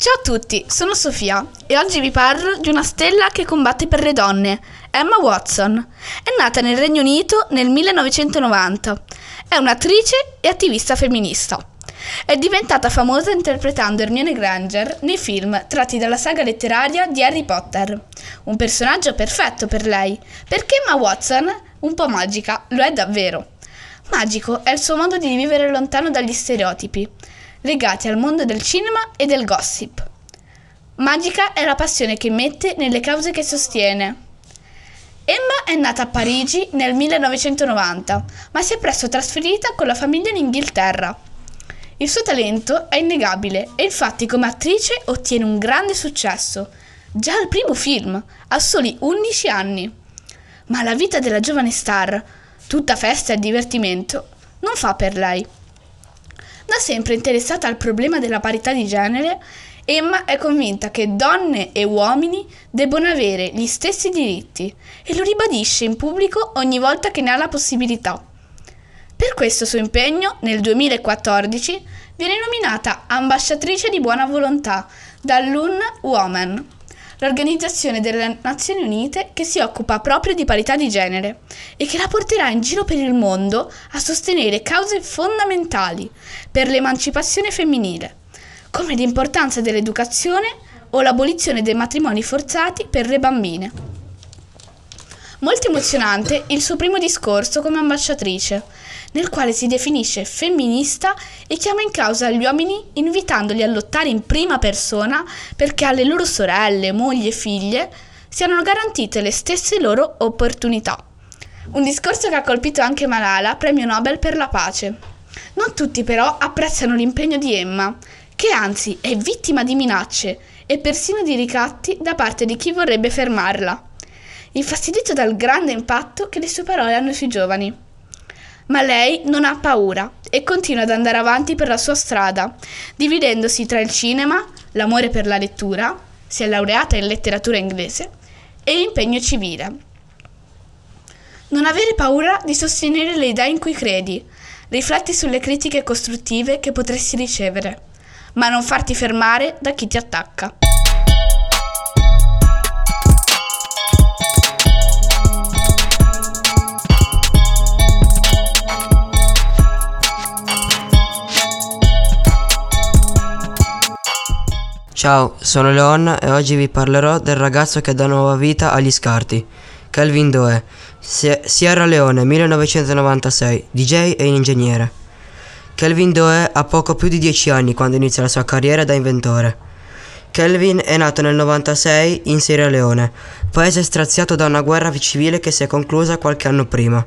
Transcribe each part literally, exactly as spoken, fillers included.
Ciao a tutti, sono Sofia e oggi vi parlo di una stella che combatte per le donne, Emma Watson. È nata nel Regno Unito nel millenovecentonovanta. È un'attrice e attivista femminista. È diventata famosa interpretando Hermione Granger nei film tratti dalla saga letteraria di Harry Potter. Un personaggio perfetto per lei, perché Emma Watson, un po' magica, lo è davvero. Magico è il suo modo di vivere lontano dagli stereotipi, legati al mondo del cinema e del gossip. Magica è la passione che mette nelle cause che sostiene. Emma è nata a Parigi nel millenovecentonovanta, ma si è presto trasferita con la famiglia in Inghilterra. Il suo talento è innegabile e infatti come attrice ottiene un grande successo, già al primo film, a soli undici anni. Ma la vita della giovane star, tutta festa e divertimento, non fa per lei. Da sempre interessata al problema della parità di genere, Emma è convinta che donne e uomini debbano avere gli stessi diritti e lo ribadisce in pubblico ogni volta che ne ha la possibilità. Per questo suo impegno, nel duemilaquattordici, viene nominata ambasciatrice di buona volontà dall'U N Women, l'organizzazione delle Nazioni Unite che si occupa proprio di parità di genere e che la porterà in giro per il mondo a sostenere cause fondamentali per l'emancipazione femminile, come l'importanza dell'educazione o l'abolizione dei matrimoni forzati per le bambine. Molto emozionante il suo primo discorso come ambasciatrice, nel quale si definisce femminista e chiama in causa gli uomini invitandoli a lottare in prima persona perché alle loro sorelle, mogli e figlie siano garantite le stesse loro opportunità. Un discorso che ha colpito anche Malala, premio Nobel per la pace. Non tutti però apprezzano l'impegno di Emma, che anzi è vittima di minacce e persino di ricatti da parte di chi vorrebbe fermarla, infastidito dal grande impatto che le sue parole hanno sui giovani. Ma lei non ha paura e continua ad andare avanti per la sua strada, dividendosi tra il cinema, l'amore per la lettura, si è laureata in letteratura inglese, e l'impegno civile. Non avere paura di sostenere le idee in cui credi, rifletti sulle critiche costruttive che potresti ricevere, ma non farti fermare da chi ti attacca. Ciao, sono Leon e oggi vi parlerò del ragazzo che dà nuova vita agli scarti, Kelvin Doe, Sierra Leone, millenovecentonovantasei, D J e ingegnere. Kelvin Doe ha poco più di dieci anni quando inizia la sua carriera da inventore. Kelvin è nato nel novantasei in Sierra Leone, paese straziato da una guerra civile che si è conclusa qualche anno prima.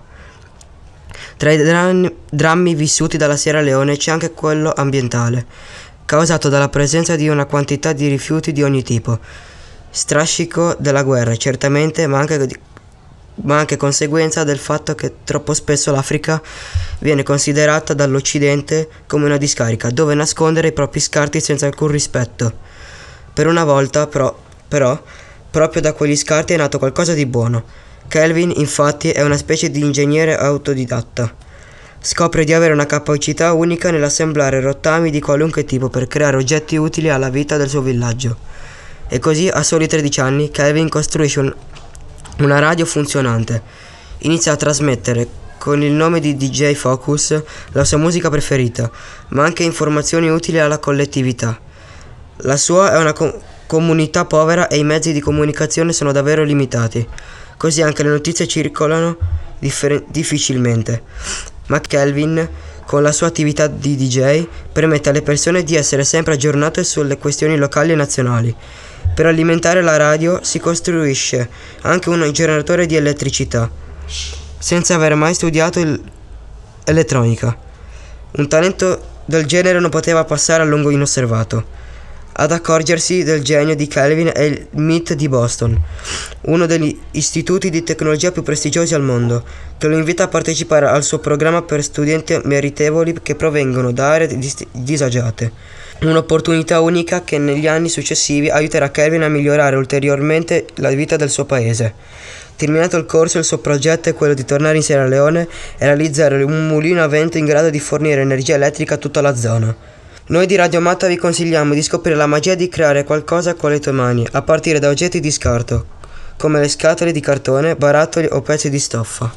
Tra i drammi, drammi vissuti dalla Sierra Leone c'è anche quello ambientale, causato dalla presenza di una quantità di rifiuti di ogni tipo, strascico della guerra certamente, ma anche, ma anche conseguenza del fatto che troppo spesso l'Africa viene considerata dall'Occidente come una discarica dove nascondere i propri scarti senza alcun rispetto. Per una volta però, però proprio da quegli scarti è nato qualcosa di buono. Kelvin infatti è una specie di ingegnere autodidatta. Scopre di avere una capacità unica nell'assemblare rottami di qualunque tipo per creare oggetti utili alla vita del suo villaggio. E così, a soli tredici anni, Kelvin costruisce un, una radio funzionante. Inizia a trasmettere, con il nome di D J Focus, la sua musica preferita, ma anche informazioni utili alla collettività. La sua è una com- comunità povera e i mezzi di comunicazione sono davvero limitati. Così anche le notizie circolano differ- difficilmente. Ma Kelvin, con la sua attività di D J, permette alle persone di essere sempre aggiornate sulle questioni locali e nazionali. Per alimentare la radio si costruisce anche un generatore di elettricità, senza aver mai studiato elettronica. Un talento del genere non poteva passare a lungo inosservato. Ad accorgersi del genio di Kelvin è il M I T di Boston, uno degli istituti di tecnologia più prestigiosi al mondo, che lo invita a partecipare al suo programma per studenti meritevoli che provengono da aree dis- disagiate. Un'opportunità unica che negli anni successivi aiuterà Kelvin a migliorare ulteriormente la vita del suo paese. Terminato il corso, il suo progetto è quello di tornare in Sierra Leone e realizzare un mulino a vento in grado di fornire energia elettrica a tutta la zona. Noi di Radio Matta vi consigliamo di scoprire la magia di creare qualcosa con le tue mani, a partire da oggetti di scarto, come le scatole di cartone, barattoli o pezzi di stoffa.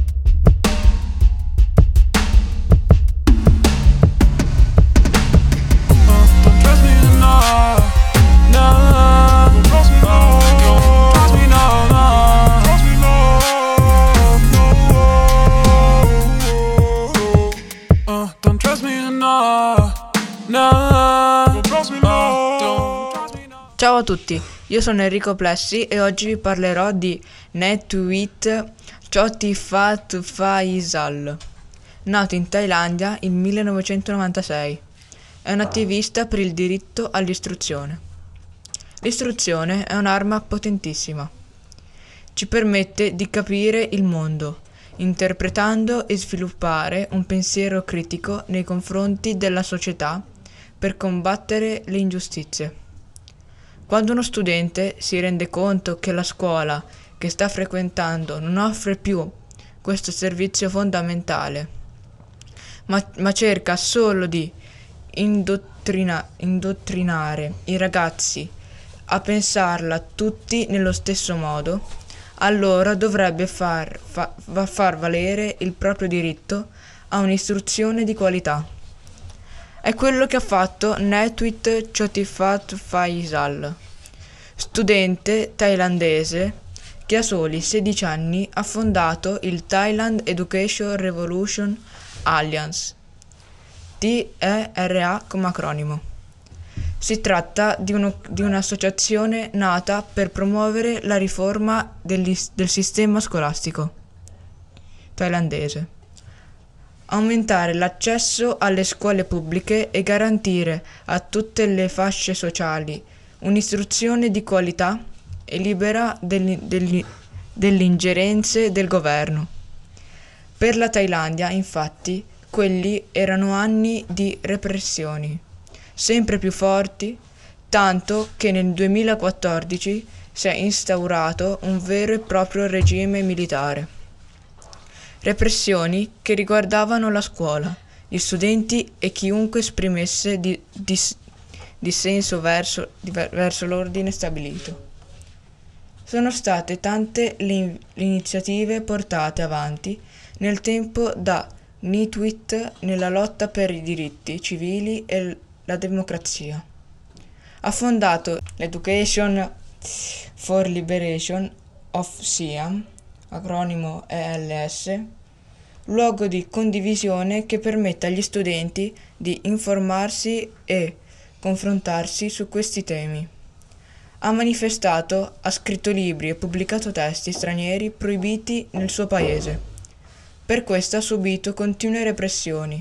Ciao a tutti, io sono Enrico Plessi e oggi vi parlerò di Naitwit Chotiphat Faisal, nato in Thailandia nel millenovecentonovantasei. È un attivista per il diritto all'istruzione. L'istruzione è un'arma potentissima. Ci permette di capire il mondo, interpretando e sviluppare un pensiero critico nei confronti della società per combattere le ingiustizie. Quando uno studente si rende conto che la scuola che sta frequentando non offre più questo servizio fondamentale, ma, ma cerca solo di indottrina, indottrinare i ragazzi a pensarla tutti nello stesso modo, allora dovrebbe far, fa, far valere il proprio diritto a un'istruzione di qualità. È quello che ha fatto Naitwit Chotiphat Faisal, studente thailandese che a soli sedici anni ha fondato il Thailand Education Revolution Alliance, T E R A come acronimo. Si tratta di, uno, di un'associazione nata per promuovere la riforma del, del sistema scolastico thailandese, aumentare l'accesso alle scuole pubbliche e garantire a tutte le fasce sociali un'istruzione di qualità e libera degli, degli, delle ingerenze del governo. Per la Thailandia, infatti, quelli erano anni di repressioni, sempre più forti, tanto che nel duemilaquattordici si è instaurato un vero e proprio regime militare. Repressioni che riguardavano la scuola, gli studenti e chiunque esprimesse di, di, dissenso verso, di, verso l'ordine stabilito. Sono state tante le, le iniziative portate avanti nel tempo da Naitwit nella lotta per i diritti civili e la democrazia. Ha fondato l'Education for Liberation of Siam, acronimo E L S, luogo di condivisione che permette agli studenti di informarsi e confrontarsi su questi temi. Ha manifestato, ha scritto libri e pubblicato testi stranieri proibiti nel suo paese. Per questo ha subito continue repressioni.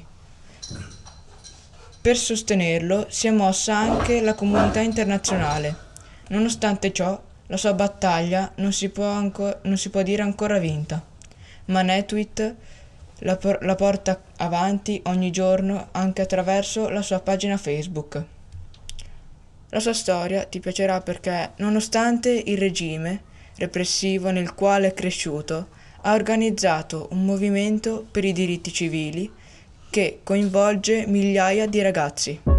Per sostenerlo si è mossa anche la comunità internazionale. Nonostante ciò, la sua battaglia non si può, anco- non si può dire ancora vinta, ma Naitwit la, por- la porta avanti ogni giorno anche attraverso la sua pagina Facebook. La sua storia ti piacerà perché, nonostante il regime repressivo nel quale è cresciuto, ha organizzato un movimento per i diritti civili che coinvolge migliaia di ragazzi.